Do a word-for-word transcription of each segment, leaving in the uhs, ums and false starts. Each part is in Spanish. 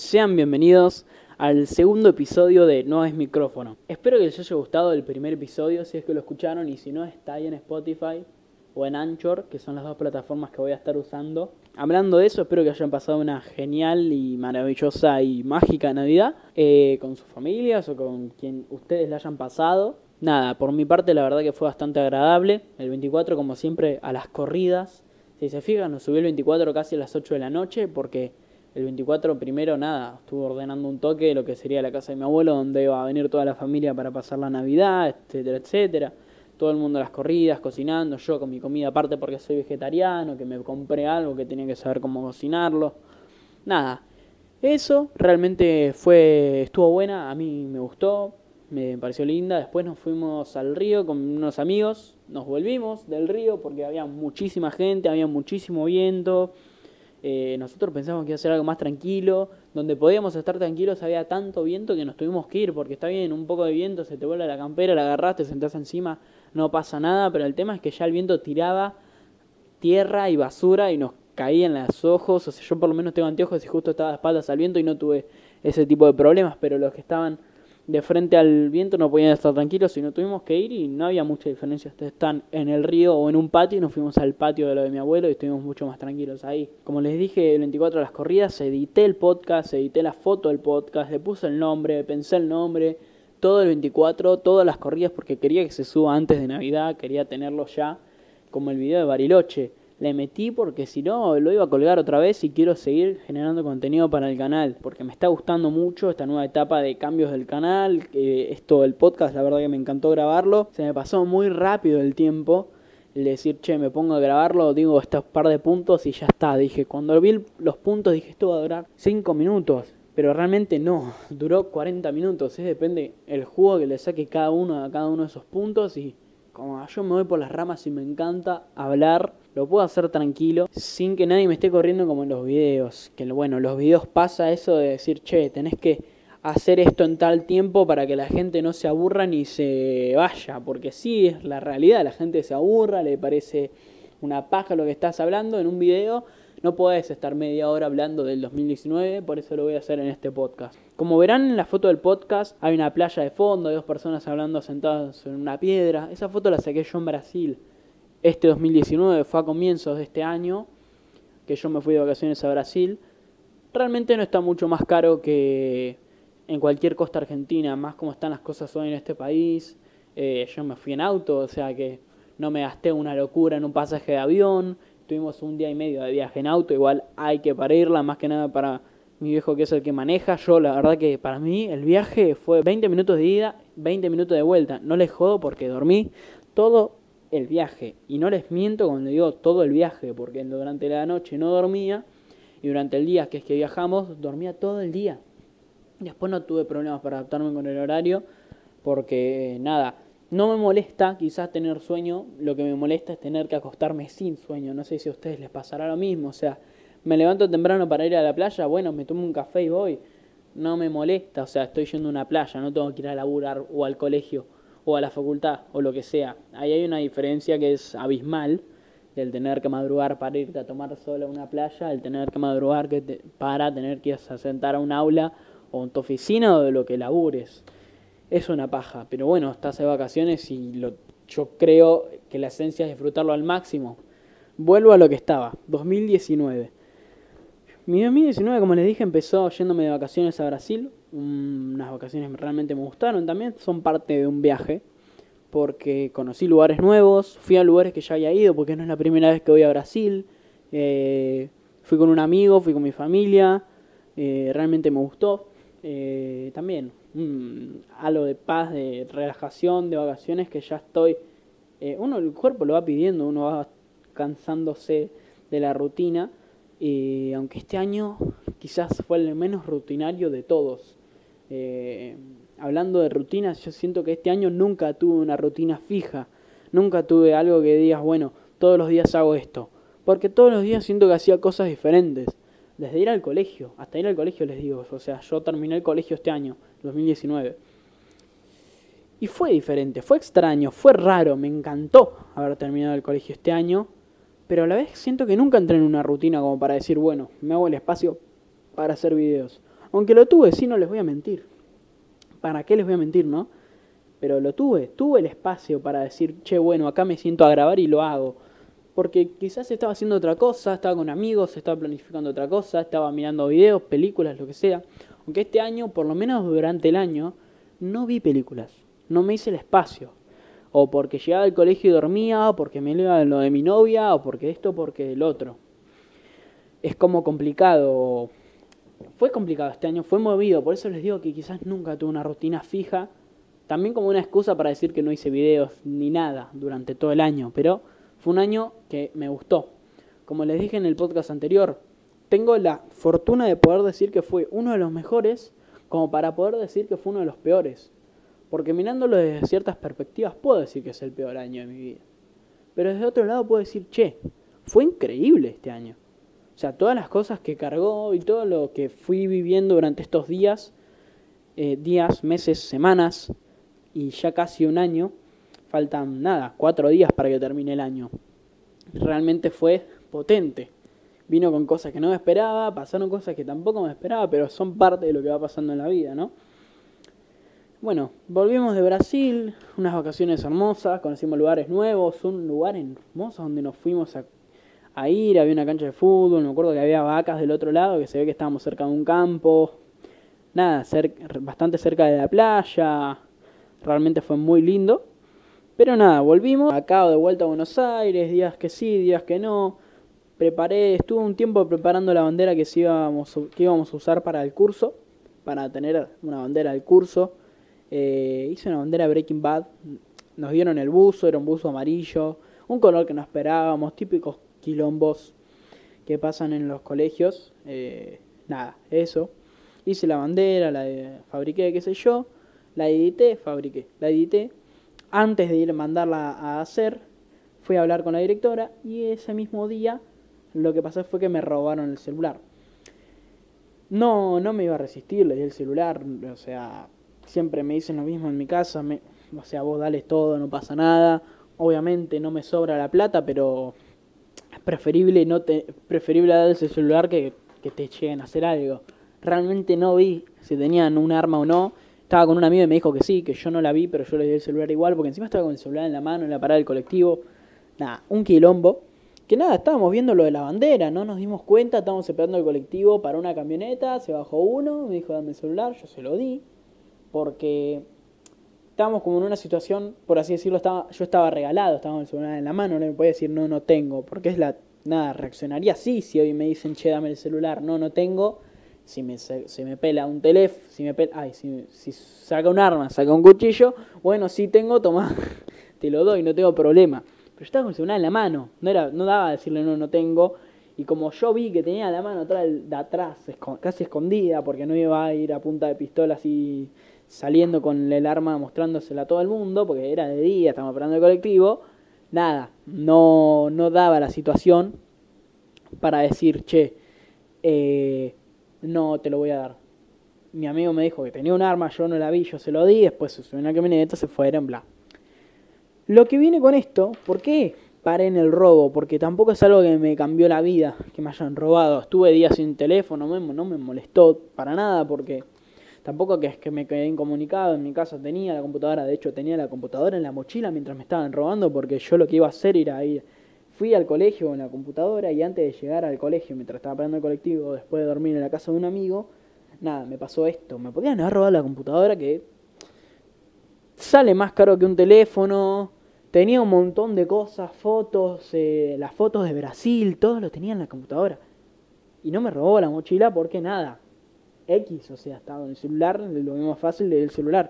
Sean bienvenidos al segundo episodio de No es micrófono. Espero que les haya gustado el primer episodio, si es que lo escucharon, y si no, está ahí en Spotify o en Anchor, que son las dos plataformas que voy a estar usando. Hablando de eso, espero que hayan pasado una genial y maravillosa y mágica Navidad eh, con sus familias o con quien ustedes la hayan pasado. Nada, por mi parte la verdad que fue bastante agradable. El veinticuatro, como siempre, a las corridas. Si se fijan, nos subí el veinticuatro casi a las ocho de la noche porque el veinticuatro primero nada, estuve ordenando un toque de lo que sería la casa de mi abuelo, donde iba a venir toda la familia para pasar la Navidad, etcétera, etcétera. Todo el mundo a las corridas, cocinando, yo con mi comida aparte porque soy vegetariano, que me compré algo que tenía que saber cómo cocinarlo. Nada, eso realmente fue estuvo buena, a mí me gustó, me pareció linda. Después nos fuimos al río con unos amigos, nos volvimos del río porque había muchísima gente, había muchísimo viento. Eh, nosotros pensamos que iba a ser algo más tranquilo, donde podíamos estar tranquilos había tanto viento que nos tuvimos que ir, porque está bien, un poco de viento, se te vuela la campera, la agarrás, te sentás encima, no pasa nada, pero el tema es que ya el viento tiraba tierra y basura y nos caía en los ojos. O sea, yo por lo menos tengo anteojos y justo estaba de espaldas al viento y no tuve ese tipo de problemas, pero los que estaban de frente al viento no podían estar tranquilos y nos tuvimos que ir y no había mucha diferencia. Ustedes están en el río o en un patio y nos fuimos al patio de lo de mi abuelo y estuvimos mucho más tranquilos ahí. Como les dije, el veinticuatro a las corridas, edité el podcast, edité la foto del podcast, le puse el nombre, pensé el nombre, todo el veinticuatro, todas las corridas porque quería que se suba antes de Navidad, quería tenerlo ya, como el video de Bariloche. Le metí porque si no lo iba a colgar otra vez y quiero seguir generando contenido para el canal porque me está gustando mucho esta nueva etapa de cambios del canal. Eh, esto del podcast, la verdad que me encantó grabarlo, se me pasó muy rápido el tiempo. El decir, che, me pongo a grabarlo, digo estos par de puntos y ya está. Dije, cuando vi los puntos dije, esto va a durar cinco minutos, pero realmente no, duró cuarenta minutos. ¿eh? Depende el jugo que le saque cada uno a cada uno de esos puntos. Y como yo me voy por las ramas y me encanta hablar, lo puedo hacer tranquilo, sin que nadie me esté corriendo como en los videos. Que bueno, en los videos pasa eso de decir, che, tenés que hacer esto en tal tiempo para que la gente no se aburra ni se vaya. Porque sí, es la realidad, la gente se aburra, le parece una paja lo que estás hablando en un video. No podés estar media hora hablando del dos mil diecinueve, por eso lo voy a hacer en este podcast. Como verán en la foto del podcast, hay una playa de fondo, hay dos personas hablando sentadas en una piedra. Esa foto la saqué yo en Brasil. Este dos mil diecinueve fue a comienzos de este año, que yo me fui de vacaciones a Brasil. Realmente no está mucho más caro que en cualquier costa argentina, más como están las cosas hoy en este país. Eh, yo me fui en auto, o sea que no me gasté una locura en un pasaje de avión. Tuvimos un día y medio de viaje en auto, igual hay que parirla, más que nada para mi viejo que es el que maneja. Yo la verdad que para mí el viaje fue veinte minutos de ida, veinte minutos de vuelta. No les jodo porque dormí todo el viaje. Y no les miento cuando digo todo el viaje, porque durante la noche no dormía y durante el día que es que viajamos dormía todo el día. Después no tuve problemas para adaptarme con el horario porque nada, no me molesta quizás tener sueño, lo que me molesta es tener que acostarme sin sueño. No sé si a ustedes les pasará lo mismo, o sea, me levanto temprano para ir a la playa, bueno, me tomo un café y voy. No me molesta, o sea, estoy yendo a una playa, no tengo que ir a laburar o al colegio o a la facultad o lo que sea. Ahí hay una diferencia que es abismal, del tener que madrugar para irte a tomar sol a una playa, el tener que madrugar que te, para tener que ir a sentar a un aula o en tu oficina o de lo que labures. Es una paja, pero bueno, estás de vacaciones y lo, yo creo que la esencia es disfrutarlo al máximo. Vuelvo a lo que estaba, dos mil diecinueve. Mi dos mil diecinueve, como les dije, empezó yéndome de vacaciones a Brasil. Unas vacaciones que realmente me gustaron también, son parte de un viaje, porque conocí lugares nuevos, fui a lugares que ya había ido, porque no es la primera vez que voy a Brasil. Eh, fui con un amigo, fui con mi familia, eh, realmente me gustó. Eh, también mm, algo de paz, de relajación, de vacaciones que ya estoy, eh, uno el cuerpo lo va pidiendo, uno va cansándose de la rutina, y aunque este año quizás fue el menos rutinario de todos. Eh, hablando de rutinas, yo siento que este año nunca tuve una rutina fija, nunca tuve algo que digas, bueno, todos los días hago esto, porque todos los días siento que hacía cosas diferentes. Desde ir al colegio, hasta ir al colegio les digo, o sea, yo terminé el colegio este año, dos mil diecinueve. Y fue diferente, fue extraño, fue raro, me encantó haber terminado el colegio este año, pero a la vez siento que nunca entré en una rutina como para decir, bueno, me hago el espacio para hacer videos. Aunque lo tuve, sí, no les voy a mentir. ¿Para qué les voy a mentir, no? Pero lo tuve, tuve el espacio para decir, che, bueno, acá me siento a grabar y lo hago. Porque quizás estaba haciendo otra cosa, estaba con amigos, estaba planificando otra cosa, estaba mirando videos, películas, lo que sea. Aunque este año, por lo menos durante el año, no vi películas. No me hice el espacio. O porque llegaba al colegio y dormía, o porque me iba lo de mi novia, o porque esto, porque el otro. Es como complicado. Fue complicado este año, fue movido. Por eso les digo que quizás nunca tuve una rutina fija. También como una excusa para decir que no hice videos ni nada durante todo el año. Pero fue un año que me gustó. Como les dije en el podcast anterior, tengo la fortuna de poder decir que fue uno de los mejores, como para poder decir que fue uno de los peores. Porque mirándolo desde ciertas perspectivas puedo decir que es el peor año de mi vida. Pero desde otro lado puedo decir, che, fue increíble este año. O sea, todas las cosas que cargó y todo lo que fui viviendo durante estos días, eh, días, meses, semanas y ya casi un año, faltan nada, cuatro días para que termine el año. Realmente fue potente. Vino con cosas que no me esperaba, pasaron cosas que tampoco me esperaba, pero son parte de lo que va pasando en la vida, ¿no? Bueno, volvimos de Brasil, unas vacaciones hermosas, conocimos lugares nuevos, un lugar hermoso donde nos fuimos a, a ir, había una cancha de fútbol, me acuerdo que había vacas del otro lado, que se ve que estábamos cerca de un campo, nada, cerca, bastante cerca de la playa, realmente fue muy lindo. Pero nada, volvimos, acá de vuelta a Buenos Aires, días que sí, días que no. Preparé, estuve un tiempo preparando la bandera que, sí íbamos, que íbamos a usar para el curso, para tener una bandera del curso. Eh, hice una bandera Breaking Bad, nos dieron el buzo, era un buzo amarillo, un color que no esperábamos, típicos quilombos que pasan en los colegios. Eh, nada, eso. Hice la bandera, la de, fabriqué, qué sé yo, la edité, fabriqué, la edité. Antes de ir a mandarla a hacer, fui a hablar con la directora y ese mismo día lo que pasó fue que me robaron el celular. No, no me iba a resistir, le di el celular, o sea, siempre me dicen lo mismo en mi casa, me, o sea, vos dale todo, no pasa nada. Obviamente no me sobra la plata, pero es preferible, no te, preferible dar ese celular que, que te lleguen a hacer algo. Realmente no vi si tenían un arma o no. Estaba con un amigo y me dijo que sí, que yo no la vi, pero yo le di el celular igual, porque encima estaba con el celular en la mano, en la parada del colectivo. Nada, un quilombo. Que nada, estábamos viendo lo de la bandera, no nos dimos cuenta, estábamos esperando el colectivo para una camioneta, se bajó uno, me dijo dame el celular, yo se lo di, porque estábamos como en una situación, por así decirlo, estaba, yo estaba regalado, estaba con el celular en la mano, no me podía decir no, no tengo, porque es la, nada, reaccionaría así si hoy me dicen che, dame el celular, no, no tengo. Si me, se me pela un teléfono, si me pela, ay, si, si saca un arma, saca un cuchillo, bueno, sí tengo, toma, te lo doy, no tengo problema. Pero yo estaba con el celular en la mano, no era, no daba a decirle no, no tengo. Y como yo vi que tenía la mano atrás, de atrás, casi escondida, porque no iba a ir a punta de pistola así saliendo con el arma mostrándosela a todo el mundo, porque era de día, estábamos esperando el colectivo, nada, no, no daba la situación para decir, che, eh... no te lo voy a dar. Mi amigo me dijo que tenía un arma, yo no la vi, yo se lo di, después se subió una camioneta, se fueron, bla. Lo que viene con esto, ¿por qué paré en el robo? Porque tampoco es algo que me cambió la vida, que me hayan robado. Estuve días sin teléfono, no me, no me molestó para nada, porque tampoco que es que me quedé incomunicado. En mi casa tenía la computadora, de hecho tenía la computadora en la mochila mientras me estaban robando, porque yo lo que iba a hacer era ir... Fui al colegio con la computadora y antes de llegar al colegio, mientras estaba esperando el colectivo, después de dormir en la casa de un amigo, nada, me pasó esto. Me podían haber robado la computadora, que sale más caro que un teléfono. Tenía un montón de cosas, fotos, eh, las fotos de Brasil, todo lo tenía en la computadora. Y no me robó la mochila porque nada, X, o sea, estaba en el celular, lo mismo fácil del celular.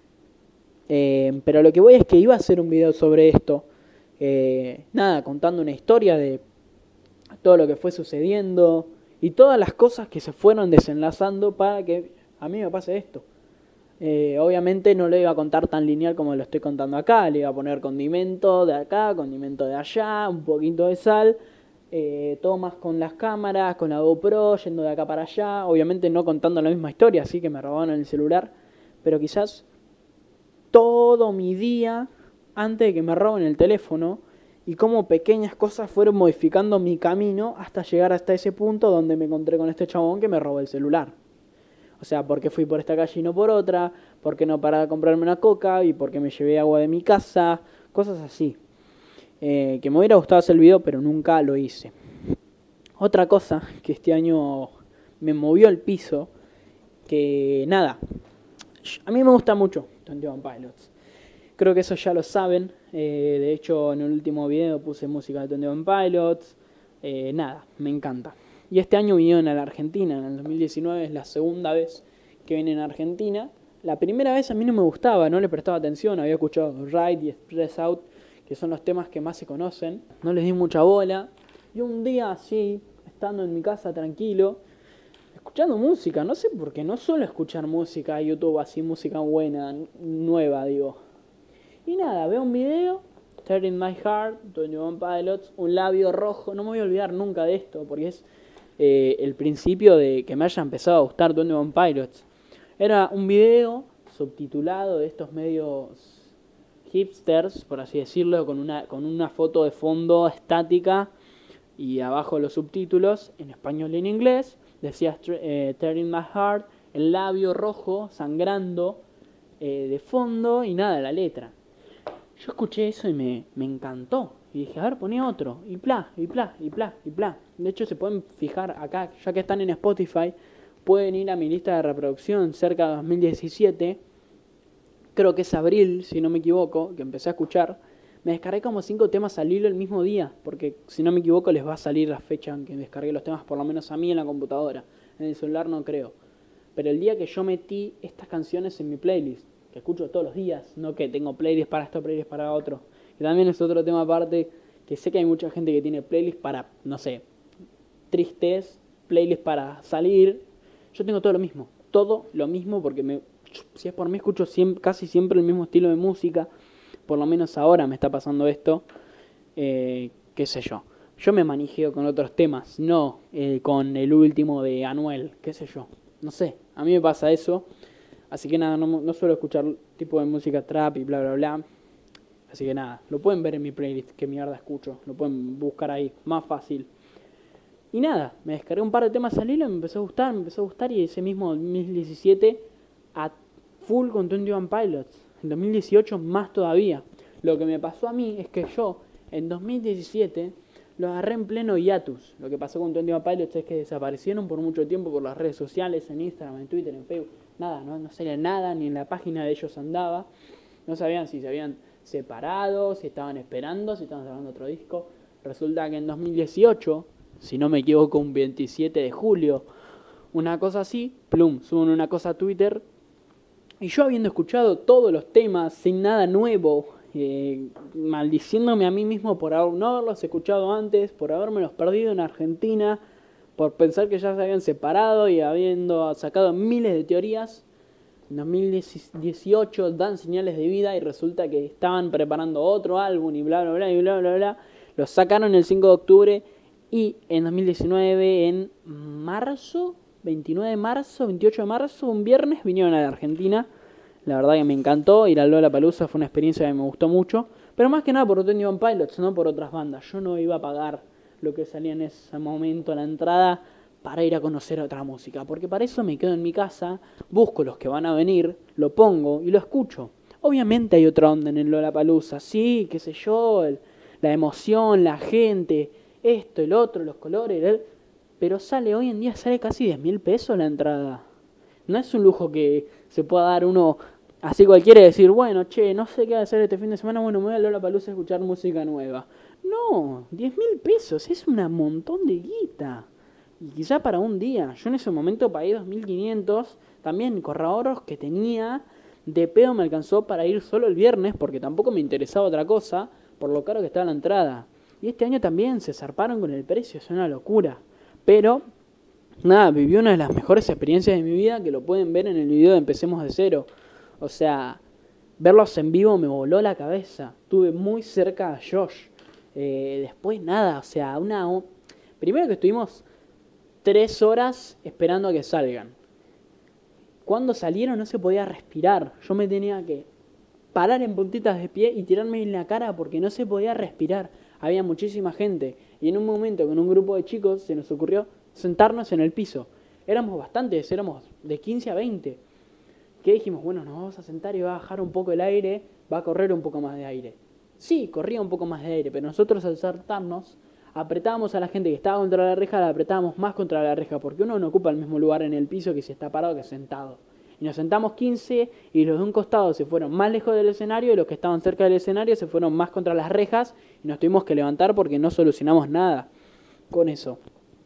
Eh, pero lo que voy es que iba a hacer un video sobre esto. Eh, nada, contando una historia de todo lo que fue sucediendo y todas las cosas que se fueron desenlazando para que a mí me pase esto. Eh, obviamente no lo iba a contar tan lineal como lo estoy contando acá, le iba a poner condimento de acá, condimento de allá, un poquito de sal, eh, tomas con las cámaras, con la GoPro, yendo de acá para allá, obviamente no contando la misma historia, así que me robaron el celular, pero quizás todo mi día antes de que me roben el teléfono y cómo pequeñas cosas fueron modificando mi camino hasta llegar hasta ese punto donde me encontré con este chabón que me robó el celular. O O sea, ¿por qué fui por esta calle y no por otra? ¿Por qué no paré a comprarme una coca? ¿Y por qué me llevé agua de mi casa? Cosas así. Eh, que me hubiera gustado hacer el video, pero nunca lo hice. Otra cosa que este año me movió el piso, que nada, a mí me gusta mucho Twenty One Pilots. Creo que eso ya lo saben. Eh, de hecho, en el último video puse música de Twenty One Pilots. Eh, nada, me encanta. Y este año vinieron a la Argentina. En el dos mil diecinueve es la segunda vez que vienen a Argentina. La primera vez a mí no me gustaba, no le prestaba atención. Había escuchado Ride y Express Out, que son los temas que más se conocen. No les di mucha bola. Y un día así, estando en mi casa tranquilo, escuchando música, no sé por qué, no suelo escuchar música en YouTube, así música buena, nueva, digo. Y nada, veo un video, Turning My Heart, Twenty One Pilots, un labio rojo, no me voy a olvidar nunca de esto, porque es eh, el principio de que me haya empezado a gustar Twenty One Pilots. Era un video subtitulado de estos medios hipsters, por así decirlo, con una, con una foto de fondo estática y abajo los subtítulos en español y en inglés. Decía eh, Turning My Heart, el labio rojo sangrando eh, de fondo y nada, la letra. Yo escuché eso y me, me encantó. Y dije, a ver, poné otro. Y pla, y pla, y pla, y pla. De hecho, se pueden fijar acá, ya que están en Spotify, pueden ir a mi lista de reproducción cerca de dos mil diecisiete. Creo que es abril, si no me equivoco, que empecé a escuchar. Me descargué como cinco temas al hilo el mismo día, porque si no me equivoco les va a salir la fecha en que descargué los temas, por lo menos a mí en la computadora. En el celular no creo. Pero el día que yo metí estas canciones en mi playlist, que escucho todos los días, no que tengo playlist para esto, playlist para otro, que también es otro tema aparte, que sé que hay mucha gente que tiene playlist para, no sé, tristes, playlist para salir. Yo tengo todo lo mismo, todo lo mismo, porque me, si es por mí escucho siempre, casi siempre el mismo estilo de música. Por lo menos ahora me está pasando esto, eh, qué sé yo. Yo me manijeo con otros temas, no eh, con el último de Anuel, qué sé yo. No sé, a mí me pasa eso. Así que nada, no, no suelo escuchar tipo de música trap y bla bla bla. Así que nada, lo pueden ver en mi playlist, que mierda escucho. Lo pueden buscar ahí, más fácil. Y nada, me descargué un par de temas al hilo, me empezó a gustar, me empezó a gustar. Y ese mismo dos mil diecisiete a full con Twenty One Pilots. En dos mil dieciocho más todavía. Lo que me pasó a mí es que yo en dos mil diecisiete lo agarré en pleno hiatus. Lo que pasó con Twenty One Pilots es que desaparecieron por mucho tiempo por las redes sociales, en Instagram, en Twitter, en Facebook. Nada, no, no salía nada, ni en la página de ellos andaba. No sabían si se habían separado, si estaban esperando, si estaban grabando otro disco. Resulta que en dos mil dieciocho, si no me equivoco, un veintisiete de julio, una cosa así, plum, suben una cosa a Twitter. Y yo habiendo escuchado todos los temas sin nada nuevo, eh, maldiciéndome a mí mismo por no haberlos escuchado antes, por habérmelos perdido en Argentina, por pensar que ya se habían separado y habiendo sacado miles de teorías, en dos mil dieciocho dan señales de vida y resulta que estaban preparando otro álbum y bla bla bla y bla bla bla. Los sacaron el cinco de octubre y en dos mil diecinueve, en marzo, veintinueve de marzo, veintiocho de marzo, un viernes vinieron a la Argentina. La verdad que me encantó, ir al Lollapalooza fue una experiencia que me gustó mucho, pero más que nada por Twenty One Pilots, no por otras bandas. Yo no iba a pagar lo que salía en ese momento la entrada para ir a conocer otra música, porque para eso me quedo en mi casa, busco los que van a venir, lo pongo y lo escucho. Obviamente hay otra onda en el Lollapalooza, sí, qué sé yo, el, la emoción, la gente, esto, el otro, los colores, el, pero sale hoy en día, sale casi diez mil pesos la entrada. No es un lujo que se pueda dar uno así cualquiera y decir, bueno, che, no sé qué hacer este fin de semana, bueno, me voy a Lollapalooza a escuchar música nueva. No, diez mil pesos, es un montón de guita. Y quizá para un día. Yo en ese momento pagué dos mil quinientos, también con ahorros que tenía, de pedo me alcanzó para ir solo el viernes, porque tampoco me interesaba otra cosa, por lo caro que estaba la entrada. Y este año también se zarparon con el precio, es una locura. Pero, nada, viví una de las mejores experiencias de mi vida, que lo pueden ver en el video de Empecemos de Cero. O sea, verlos en vivo me voló la cabeza. Estuve muy cerca a Josh. Eh, después nada, o sea, una... Primero que estuvimos tres horas esperando a que salgan. Cuando salieron no se podía respirar. Yo me tenía que parar en puntitas de pie y tirarme en la cara porque no se podía respirar. Había muchísima gente. Y en un momento con un grupo de chicos se nos ocurrió sentarnos en el piso. éramos bastantes, éramos de quince a veinte. Que dijimos, bueno, nos vamos a sentar y va a bajar un poco el aire, va a correr un poco más de aire. Sí, corría un poco más de aire, pero nosotros al sentarnos apretábamos a la gente que estaba contra la reja, la apretábamos más contra la reja, porque uno no ocupa el mismo lugar en el piso que si está parado que sentado. Y nos sentamos quince y los de un costado se fueron más lejos del escenario y los que estaban cerca del escenario se fueron más contra las rejas y nos tuvimos que levantar porque no solucionamos nada con eso.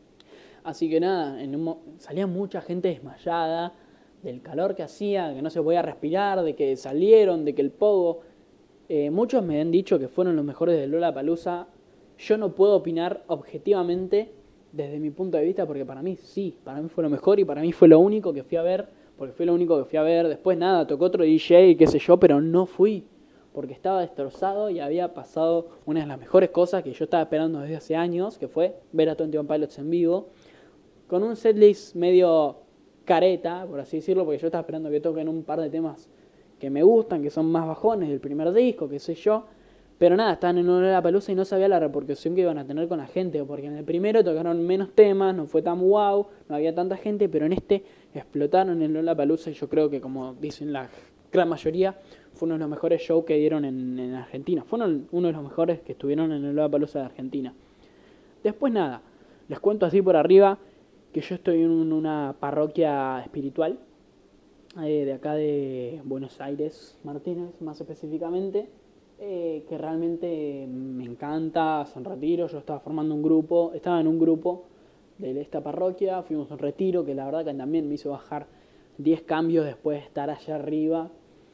Así que nada, en un, salía mucha gente desmayada del calor que hacía, que no se podía respirar, de que salieron, de que el pogo... Eh, muchos me han dicho que fueron los mejores de Lollapalooza. Yo no puedo opinar objetivamente desde mi punto de vista porque para mí sí, para mí fue lo mejor y para mí fue lo único que fui a ver, porque fue lo único que fui a ver. Después nada, tocó otro D J y qué sé yo, pero no fui porque estaba destrozado y había pasado una de las mejores cosas que yo estaba esperando desde hace años, que fue ver a Twenty One Pilots en vivo, con un setlist medio careta, por así decirlo, porque yo estaba esperando que toquen un par de temas que me gustan, que son más bajones del primer disco, qué sé yo. Pero nada, estaban en una Lollapalooza y no sabía la repercusión que iban a tener con la gente, porque en el primero tocaron menos temas, no fue tan wow, no había tanta gente, pero en este explotaron en Lollapalooza y yo creo que, como dicen la gran mayoría, fue uno de los mejores shows que dieron en, en Argentina. Fue uno, uno de los mejores que estuvieron en el Lollapalooza de Argentina. Después nada, les cuento así por arriba que yo estoy en una parroquia espiritual, eh, de acá de Buenos Aires, Martínez, más específicamente, eh, que realmente me encanta, hace un retiro, yo estaba formando un grupo, estaba en un grupo de esta parroquia, fuimos a un retiro que la verdad que también me hizo bajar diez cambios después de estar allá arriba,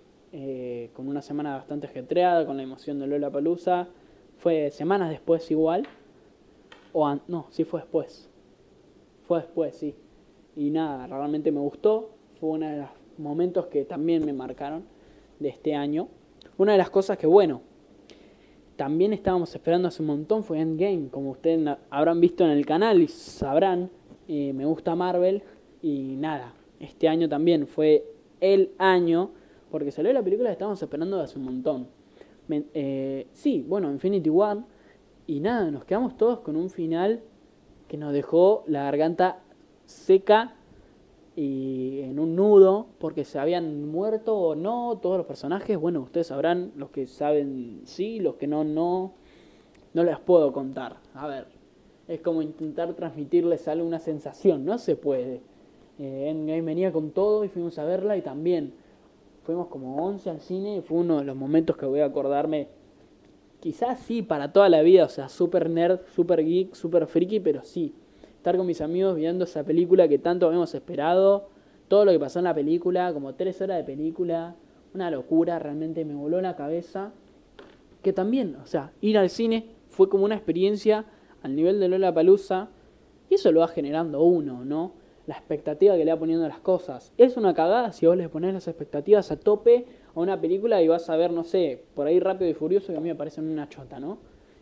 eh, con una semana bastante ajetreada, con la emoción de Lollapalooza. Fue semanas después igual, o an- no, sí fue después, fue después, sí. Y nada, realmente me gustó, fue uno de los momentos que también me marcaron de este año. Una de las cosas que, bueno, también estábamos esperando hace un montón fue Endgame, como ustedes habrán visto en el canal y sabrán, eh, me gusta Marvel y nada, este año también fue el año, porque salió la película que estábamos esperando hace un montón. Me, eh, sí, bueno, Infinity War, y nada, nos quedamos todos con un final que nos dejó la garganta seca y en un nudo, porque se habían muerto o no todos los personajes. Bueno, ustedes sabrán, los que saben sí, los que no, no, no les puedo contar. A ver, es como intentar transmitirles alguna sensación, no se puede. Eh, Endgame venía con todo y fuimos a verla y también fuimos como once al cine y fue uno de los momentos que voy a acordarme, quizás sí, para toda la vida, o sea, super nerd, super geek, super friki, pero sí, estar con mis amigos viendo esa película que tanto habíamos esperado, todo lo que pasó en la película, como tres horas de película, una locura, realmente me voló la cabeza. Que también, o sea, ir al cine fue como una experiencia al nivel de Lollapalooza, y eso lo va generando uno, ¿no? La expectativa que le va poniendo a las cosas. Es una cagada si vos le ponés las expectativas a tope a una película y vas a ver, no sé, por ahí Rápido y Furioso, que a mí me parece una chota, ¿no?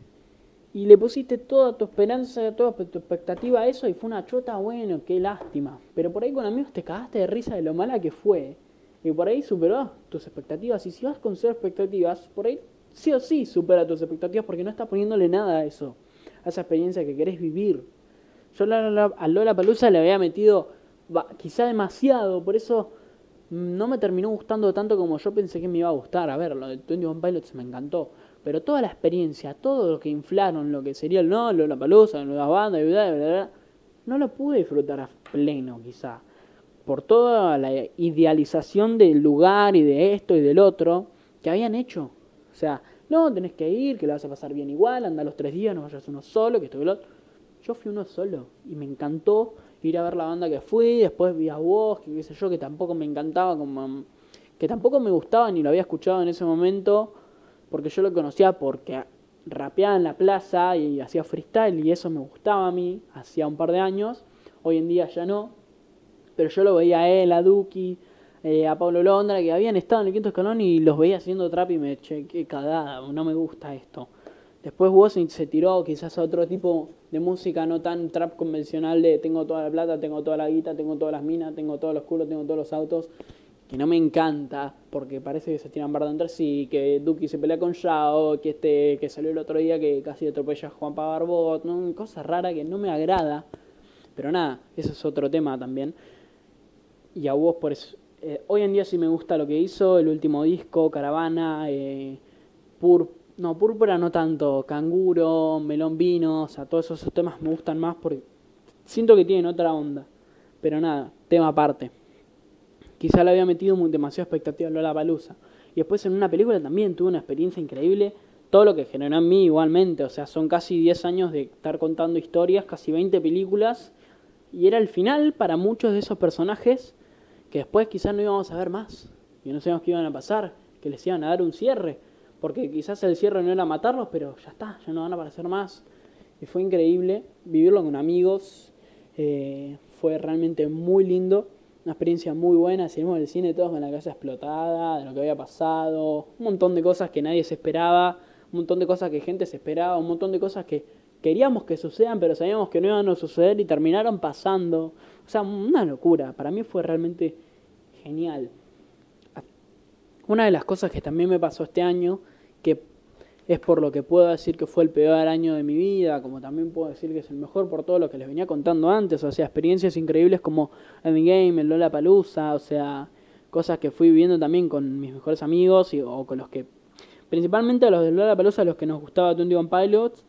Y le pusiste toda tu esperanza, toda tu expectativa a eso y fue una chota, bueno, qué lástima. Pero por ahí con amigos te cagaste de risa de lo mala que fue. Y por ahí superó tus expectativas. Y si vas con cero expectativas, por ahí sí o sí supera tus expectativas porque no estás poniéndole nada a eso, a esa experiencia que querés vivir. Yo a Lollapalooza le había metido quizá demasiado, por eso no me terminó gustando tanto como yo pensé que me iba a gustar. A ver, lo de Twenty One Pilots me encantó, pero toda la experiencia, todo lo que inflaron, lo que sería el no, Lollapalooza, las bandas, bla, bla, bla, no lo pude disfrutar a pleno quizá, por toda la idealización del lugar y de esto y del otro que habían hecho. O sea, no, tenés que ir, que la vas a pasar bien igual, anda los tres días, no vayas uno solo, que esto y lo otro. Yo fui uno solo y me encantó ir a ver la banda que fui, después vi a vos, que qué sé yo, que tampoco me encantaba, como que tampoco me gustaba ni lo había escuchado en ese momento, porque yo lo conocía porque rapeaba en la plaza y hacía freestyle y eso me gustaba a mí, hacía un par de años, hoy en día ya no, pero yo lo veía a él, a Duki, eh, a Pablo Londra, que habían estado en el quinto escalón y los veía haciendo trap y me che, qué cagada, no me gusta esto. Después Woz se tiró quizás a otro tipo de música no tan trap convencional de tengo toda la plata, tengo toda la guita, tengo todas las minas, tengo todos los culos, tengo todos los autos, que no me encanta porque parece que se tiran bardo entre sí, que Duki se pelea con Yao, que este que salió el otro día que casi atropella a Juan Pabarbot, ¿no? Cosa rara que no me agrada. Pero nada, eso es otro tema también. Y a vos por eso... Eh, hoy en día sí me gusta lo que hizo, el último disco, Caravana, eh, Pur... No, Púrpura no tanto, Canguro, Melón Vino, o sea, todos esos temas me gustan más porque siento que tienen otra onda. Pero nada, tema aparte. Quizá le había metido muy, demasiada expectativa a Lollapalooza. Y después en una película también tuve una experiencia increíble. Todo lo que generó en mí igualmente. O sea, son casi diez años de estar contando historias, casi veinte películas. Y era el final para muchos de esos personajes que después quizás no íbamos a ver más. Y no sabíamos qué iban a pasar, que les iban a dar un cierre. Porque quizás el cierre no era matarlos, pero ya está, ya no van a aparecer más. Y fue increíble vivirlo con amigos. Eh, fue realmente muy lindo. Una experiencia muy buena. Salimos del cine todos con la casa explotada, de lo que había pasado. Un montón de cosas que nadie se esperaba. Un montón de cosas que gente se esperaba. Un montón de cosas que queríamos que sucedan, pero sabíamos que no iban a suceder y terminaron pasando. O sea, una locura. Para mí fue realmente genial. Una de las cosas que también me pasó este año, que es por lo que puedo decir que fue el peor año de mi vida, como también puedo decir que es el mejor por todo lo que les venía contando antes, o sea, experiencias increíbles como Endgame, el Lollapalooza, o sea, cosas que fui viviendo también con mis mejores amigos y, o con los que, principalmente a los de Lollapalooza, a los que nos gustaba Twenty One Pilots,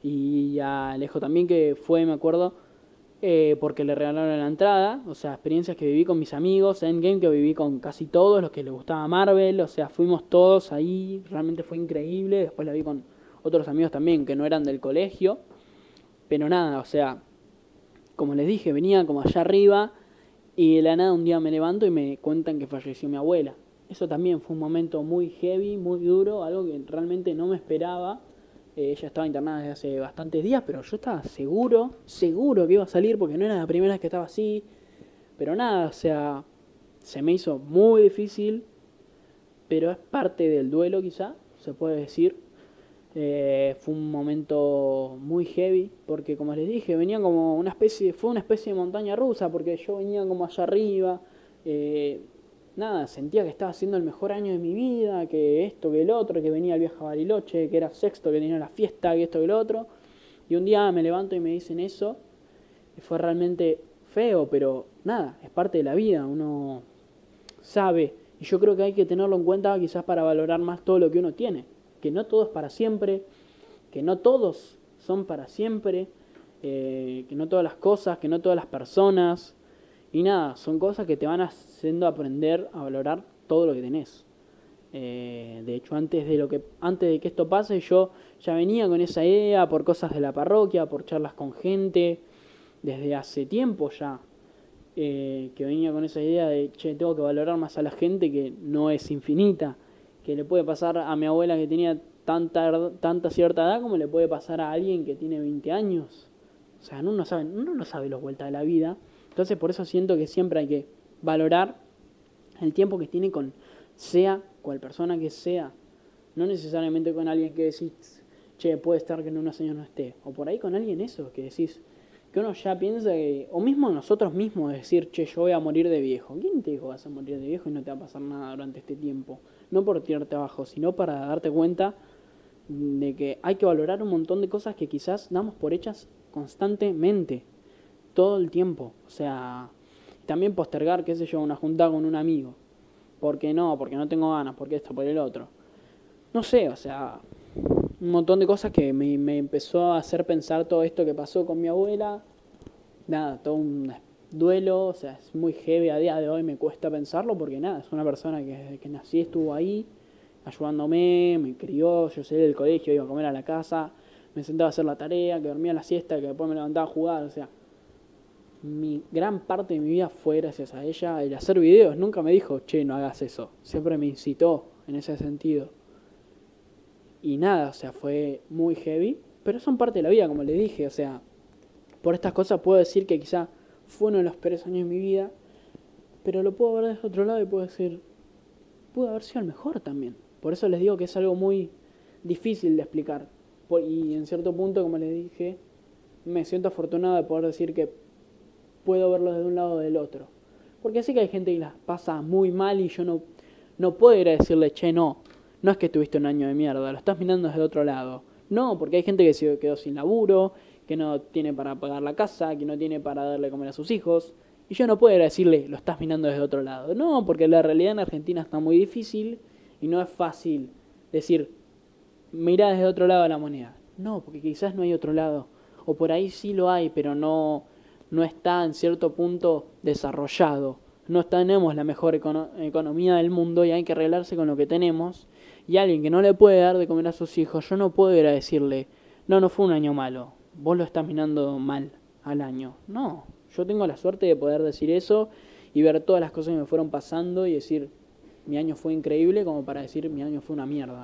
y a Alejo también, que fue, me acuerdo, eh, porque le regalaron la entrada, o sea, experiencias que viví con mis amigos, Endgame que viví con casi todos los que les gustaba Marvel, o sea, fuimos todos ahí, realmente fue increíble. Después la vi con otros amigos también que no eran del colegio, pero nada, o sea, como les dije, venía como allá arriba y de la nada un día me levanto y me cuentan que falleció mi abuela. Eso también fue un momento muy heavy, muy duro, algo que realmente no me esperaba. Eh, ella estaba internada desde hace bastantes días, pero yo estaba seguro, seguro que iba a salir porque no era la primera vez que estaba así. Pero nada, o sea, se me hizo muy difícil, pero es parte del duelo quizá, se puede decir. Eh, fue un momento muy heavy, porque como les dije, venía como una especie, fue una especie de montaña rusa, porque yo venía como allá arriba, eh, nada, sentía que estaba haciendo el mejor año de mi vida, que esto, que el otro, que venía el viaje a Bariloche, que era sexto, que tenía la fiesta, que esto, que el otro. Y un día me levanto y me dicen eso, y fue realmente feo, pero nada, es parte de la vida, uno sabe, y yo creo que hay que tenerlo en cuenta quizás para valorar más todo lo que uno tiene, que no todo es para siempre, que no todos son para siempre, eh, que no todas las cosas, que no todas las personas. Y nada, son cosas que te van haciendo aprender a valorar todo lo que tenés. Eh, de hecho, antes de lo que antes de que esto pase, yo ya venía con esa idea por cosas de la parroquia, por charlas con gente, desde hace tiempo ya, eh, que venía con esa idea de, che, tengo que valorar más a la gente que no es infinita, que le puede pasar a mi abuela que tenía tanta, tanta cierta edad como le puede pasar a alguien que tiene veinte años. O sea, uno no sabe, uno no sabe las vueltas de la vida. Entonces por eso siento que siempre hay que valorar el tiempo que tiene con sea cual persona que sea. No necesariamente con alguien que decís, che, puede estar que en unos años no esté. O por ahí con alguien eso, que decís, que uno ya piensa que, o mismo nosotros mismos decir, che, yo voy a morir de viejo. ¿Quién te dijo vas a morir de viejo y no te va a pasar nada durante este tiempo? No por tirarte abajo, sino para darte cuenta de que hay que valorar un montón de cosas que quizás damos por hechas constantemente. Todo el tiempo, o sea, también postergar, qué sé yo, una juntada con un amigo. ¿Por qué no? Porque no tengo ganas, porque esto, por el otro. No sé, o sea, un montón de cosas que me, me empezó a hacer pensar todo esto que pasó con mi abuela. Nada, todo un duelo, o sea, es muy heavy a día de hoy, me cuesta pensarlo porque nada, es una persona que desde que nací estuvo ahí, ayudándome, me crió, yo salí del colegio, iba a comer a la casa, me sentaba a hacer la tarea, que dormía la siesta, que después me levantaba a jugar, o sea, mi gran parte de mi vida fue gracias a ella. El hacer videos, nunca me dijo, che, no hagas eso. Siempre me incitó en ese sentido. Y nada, o sea, fue muy heavy. Pero son parte de la vida, como le dije. O sea, por estas cosas puedo decir que quizá fue uno de los peores años de mi vida. Pero lo puedo ver desde otro lado y puedo decir, pudo haber sido el mejor también. Por eso les digo que es algo muy difícil de explicar. Y en cierto punto, como les dije, me siento afortunado de poder decir que puedo verlo desde un lado o del otro. Porque sé que hay gente que las pasa muy mal y yo no, no puedo ir a decirle, che, no, no es que tuviste un año de mierda, lo estás mirando desde otro lado. No, porque hay gente que se quedó sin laburo, que no tiene para pagar la casa, que no tiene para darle de comer a sus hijos. Y yo no puedo ir a decirle, lo estás mirando desde otro lado. No, porque la realidad en Argentina está muy difícil y no es fácil decir, mira desde otro lado de la moneda. No, porque quizás no hay otro lado. O por ahí sí lo hay, pero no, no está en cierto punto desarrollado. No tenemos la mejor econo- economía del mundo y hay que arreglarse con lo que tenemos. Y alguien que no le puede dar de comer a sus hijos, yo no puedo ir a decirle, no, no fue un año malo, vos lo estás mirando mal al año. No, yo tengo la suerte de poder decir eso y ver todas las cosas que me fueron pasando y decir, mi año fue increíble, como para decir, mi año fue una mierda.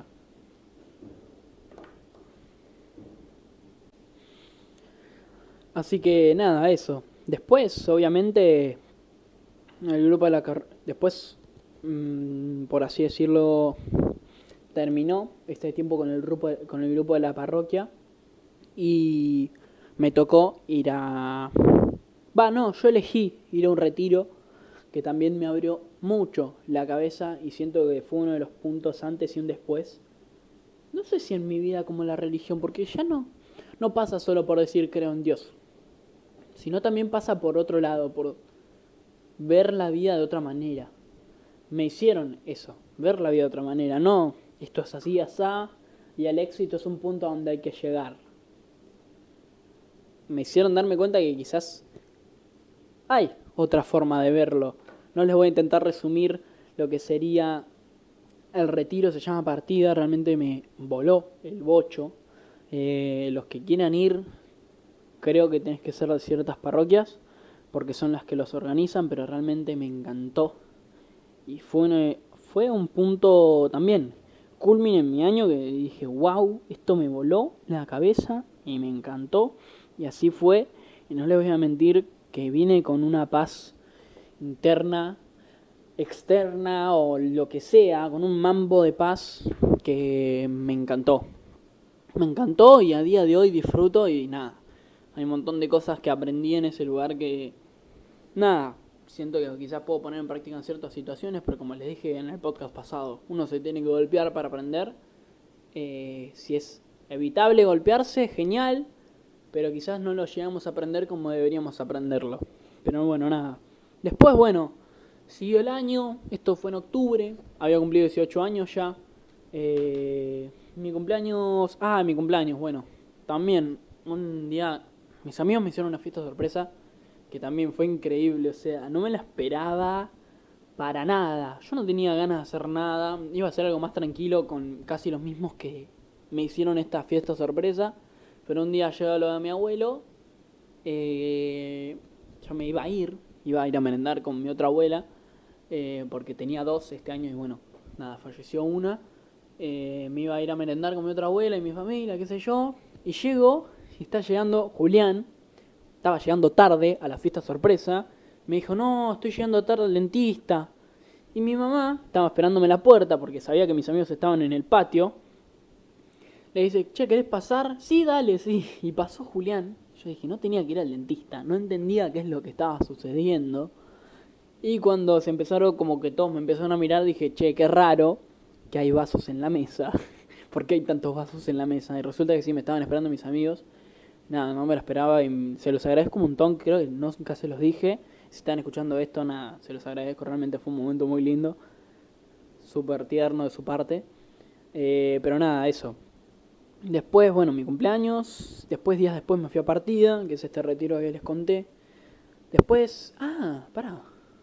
Así que nada, eso. Después, obviamente, el grupo de la car- después, mmm, por así decirlo, terminó este tiempo con el grupo de, con el grupo de la parroquia y me tocó ir a... Va, no, yo elegí ir a un retiro que también me abrió mucho la cabeza y siento que fue uno de los puntos antes y un después. No sé si en mi vida como la religión, porque ya no, no pasa solo por decir creo en Dios, sino también pasa por otro lado, por ver la vida de otra manera. Me hicieron eso, ver la vida de otra manera. No, esto es así, asá, y el éxito es un punto a donde hay que llegar. Me hicieron darme cuenta que quizás hay otra forma de verlo. No les voy a intentar resumir lo que sería el retiro, se llama partida, realmente me voló el bocho. Eh, los que quieran ir, creo que tenés que ser de ciertas parroquias, porque son las que los organizan, pero realmente me encantó. Y fue un, fue un punto también, culmine en mi año, que dije, wow, esto me voló la cabeza y me encantó. Y así fue, y no les voy a mentir que vine con una paz interna, externa o lo que sea, con un mambo de paz que me encantó. Me encantó y a día de hoy disfruto y nada. Hay un montón de cosas que aprendí en ese lugar que, nada, siento que quizás puedo poner en práctica en ciertas situaciones, pero como les dije en el podcast pasado, uno se tiene que golpear para aprender. Eh, si es evitable golpearse, genial, pero quizás no lo llegamos a aprender como deberíamos aprenderlo. Pero bueno, nada. Después, bueno, siguió el año, esto fue en octubre, había cumplido dieciocho años ya. Eh, mi cumpleaños, ah, mi cumpleaños, bueno, también un día mis amigos me hicieron una fiesta sorpresa que también fue increíble, o sea, no me la esperaba para nada. Yo no tenía ganas de hacer nada, iba a hacer algo más tranquilo con casi los mismos que me hicieron esta fiesta sorpresa, pero un día llegó lo de mi abuelo, eh, yo me iba a ir, iba a ir a merendar con mi otra abuela, eh, porque tenía dos este año y bueno, nada, falleció una. Eh, me iba a ir a merendar con mi otra abuela y mi familia, qué sé yo, y llego y está llegando Julián. Estaba llegando tarde a la fiesta sorpresa. Me dijo, no, estoy llegando tarde al dentista. Y mi mamá estaba esperándome en la puerta porque sabía que mis amigos estaban en el patio. Le dice, che, ¿querés pasar? Sí, dale, sí. Y pasó Julián. Yo dije, no tenía que ir al dentista. No entendía qué es lo que estaba sucediendo. Y cuando se empezaron, como que todos me empezaron a mirar, dije, che, qué raro que hay vasos en la mesa. ¿Por qué hay tantos vasos en la mesa? Y resulta que sí, me estaban esperando mis amigos. Nada, no me lo esperaba y se los agradezco un montón, creo que nunca se los dije. Si están escuchando esto, nada, se los agradezco, realmente fue un momento muy lindo, súper tierno de su parte. Eh, pero nada, eso. Después, bueno, mi cumpleaños, después días después me fui a partida, que es este retiro que les conté. Después, ah, pará.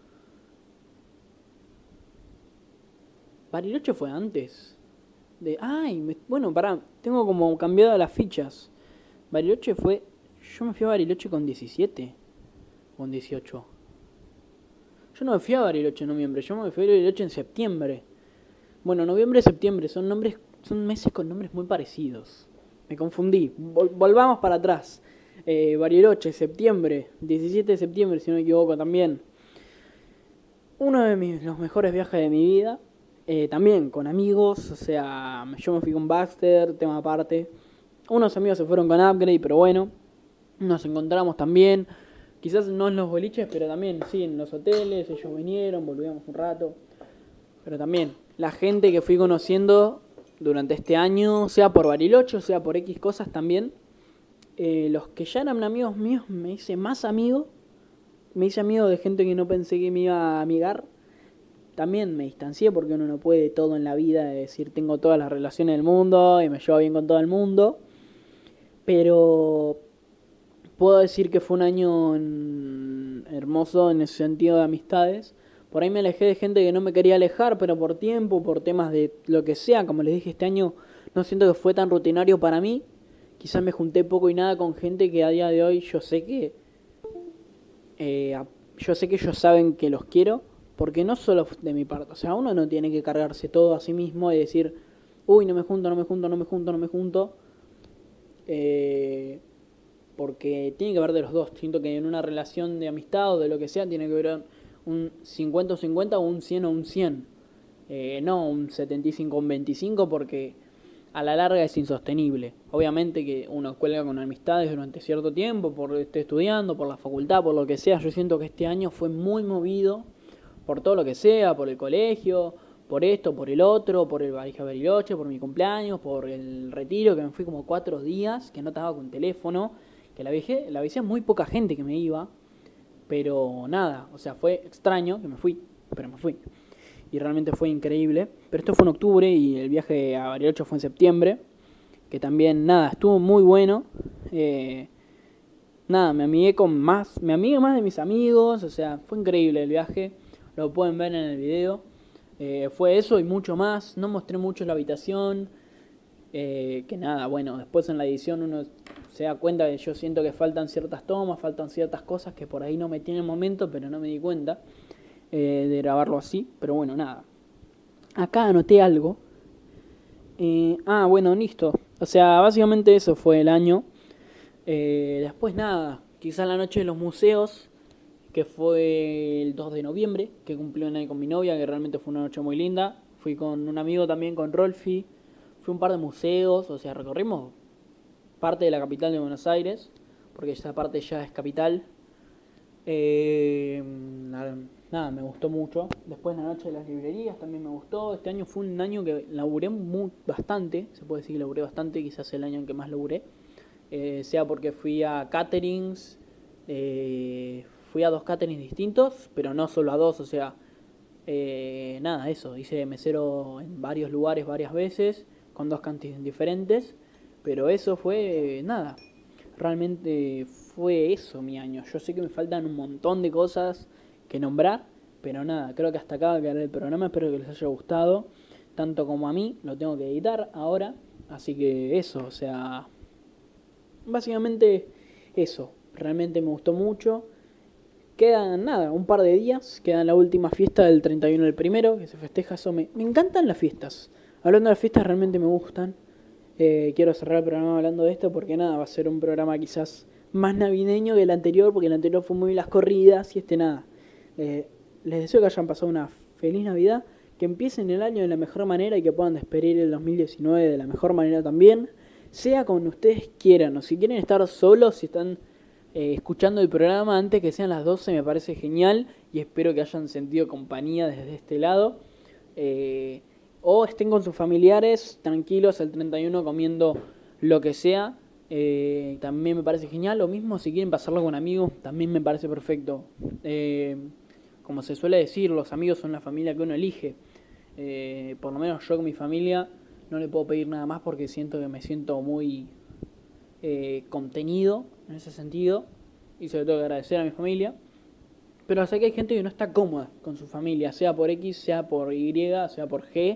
Bariloche fue antes. De, ay, me, bueno, pará, tengo como cambiado las fichas. Bariloche fue... Yo me fui a Bariloche con diecisiete. Con dieciocho. Yo no me fui a Bariloche en noviembre. Yo me fui a Bariloche en septiembre. Bueno, noviembre y septiembre. Son nombres, son meses con nombres muy parecidos. Me confundí. Vol- volvamos para atrás. Eh, Bariloche, septiembre. diecisiete de septiembre, si no me equivoco también. Uno de mis, los mejores viajes de mi vida. Eh, también con amigos. O sea, yo me fui con Baxter, tema aparte. Unos amigos se fueron con Upgrade, pero bueno, nos encontramos también. Quizás no en los boliches, pero también, sí, en los hoteles. Ellos vinieron, volvíamos un rato. Pero también, la gente que fui conociendo durante este año, sea por Bariloche, sea por X cosas también, Eh, los que ya eran amigos míos me hice más amigo. Me hice amigo de gente que no pensé que me iba a amigar. También me distancié porque uno no puede todo en la vida, de decir tengo todas las relaciones del mundo y me llevo bien con todo el mundo. Pero puedo decir que fue un año en- hermoso en ese sentido de amistades. Por ahí me alejé de gente que no me quería alejar, pero por tiempo, por temas de lo que sea. Como les dije, este año no siento que fue tan rutinario para mí. Quizás me junté poco y nada con gente que a día de hoy yo sé que eh, yo sé que ellos saben que los quiero, porque no solo de mi parte, o sea, uno no tiene que cargarse todo a sí mismo y decir, uy, no me junto, no me junto, no me junto, no me junto, eh, porque tiene que haber de los dos. Siento que en una relación de amistad o de lo que sea, tiene que haber un cincuenta o cincuenta o un cien o un cien, eh, no un setenta y cinco o un veinticinco, porque a la larga es insostenible. Obviamente que uno cuelga con amistades durante cierto tiempo, por estar estudiando, por la facultad, por lo que sea. Yo siento que este año fue muy movido por todo lo que sea, por el colegio, por esto, por el otro, por el Barija Bariloche, por mi cumpleaños, por el retiro, que me fui como cuatro días, que no estaba con teléfono, que la avisé, la avisé a muy poca gente que me iba, pero nada, o sea, fue extraño que me fui, pero me fui. Y realmente fue increíble. Pero esto fue en octubre y el viaje a Bariloche fue en septiembre, que también, nada, estuvo muy bueno. Eh, nada, me amigué con más, me amigué más de mis amigos, o sea, fue increíble el viaje, lo pueden ver en el video. Eh, fue eso y mucho más, no mostré mucho la habitación, eh, que nada, bueno, después en la edición uno se da cuenta que yo siento que faltan ciertas tomas, faltan ciertas cosas que por ahí no metí en el momento, pero no me di cuenta eh, de grabarlo así, pero bueno, nada. Acá anoté algo. Eh, ah, bueno, listo. O sea, básicamente eso fue el año. Eh, después nada, quizás la noche de los museos, que fue el dos de noviembre, que cumplió un año con mi novia, que realmente fue una noche muy linda. Fui con un amigo también, con Rolfi. Fui a un par de museos, o sea, recorrimos parte de la capital de Buenos Aires, porque esa parte ya es capital. Eh, nada, nada, me gustó mucho. Después la noche de las librerías también me gustó. Este año fue un año que laburé muy, bastante, se puede decir que laburé bastante, quizás el año en que más laburé. Eh, sea porque fui a caterings, eh, fui a dos caterings distintos, pero no solo a dos, o sea, eh, nada, eso, hice mesero en varios lugares varias veces, con dos caterings diferentes, pero eso fue, eh, nada, realmente fue eso mi año. Yo sé que me faltan un montón de cosas que nombrar, pero nada, creo que hasta acá va a quedar el programa, espero que les haya gustado, tanto como a mí, lo tengo que editar ahora, así que eso, o sea, básicamente eso, realmente me gustó mucho. Quedan nada, un par de días, queda la última fiesta del treinta y uno del primero, que se festeja eso, me, me encantan las fiestas, hablando de las fiestas realmente me gustan. Eh, quiero cerrar el programa hablando de esto porque nada, va a ser un programa quizás más navideño que el anterior, porque el anterior fue muy las corridas y este nada. Eh, les deseo que hayan pasado una feliz Navidad, que empiecen el año de la mejor manera y que puedan despedir el dos mil diecinueve de la mejor manera también, sea como ustedes quieran, o si quieren estar solos, si están eh, escuchando el programa antes que sean las doce, me parece genial y espero que hayan sentido compañía desde este lado. Eh, o estén con sus familiares tranquilos el treinta y uno comiendo lo que sea, eh, también me parece genial. Lo mismo si quieren pasarlo con amigos, también me parece perfecto. Eh, como se suele decir, los amigos son la familia que uno elige. Eh, por lo menos yo con mi familia no le puedo pedir nada más porque siento que me siento muy eh, contenido en ese sentido y se lo tengo que agradecer a mi familia. Pero sé que hay gente que no está cómoda con su familia, sea por X, sea por Y, sea por G.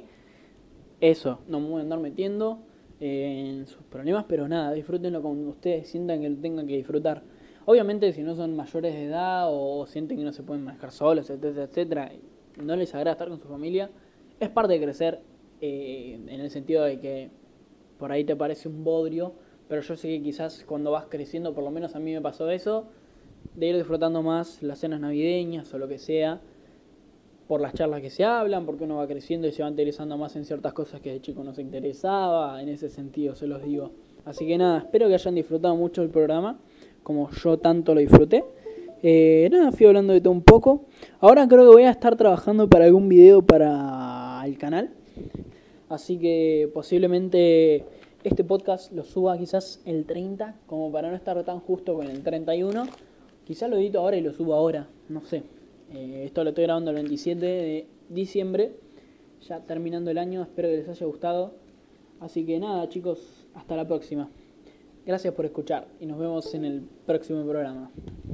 Eso, no me voy a andar metiendo eh, en sus problemas, pero nada, disfrútenlo como ustedes sientan que lo tengan que disfrutar. Obviamente si no son mayores de edad o sienten que no se pueden manejar solos, etcétera, etcétera, no les agrada estar con su familia, es parte de crecer eh, en el sentido de que por ahí te parece un bodrio, pero yo sé que quizás cuando vas creciendo, por lo menos a mí me pasó eso, de ir disfrutando más las cenas navideñas o lo que sea, por las charlas que se hablan, porque uno va creciendo y se va interesando más en ciertas cosas que de chico no se interesaba, en ese sentido se los digo. Así que nada, espero que hayan disfrutado mucho el programa, como yo tanto lo disfruté. Eh, nada, fui hablando de todo un poco. Ahora creo que voy a estar trabajando para algún video para el canal, así que posiblemente este podcast lo suba quizás el treinta, como para no estar tan justo con el treinta y uno. Quizás lo edito ahora y lo subo ahora, no sé. Eh, esto lo estoy grabando el veintisiete de diciembre, ya terminando el año. Espero que les haya gustado. Así que nada, chicos, hasta la próxima. Gracias por escuchar y nos vemos en el próximo programa.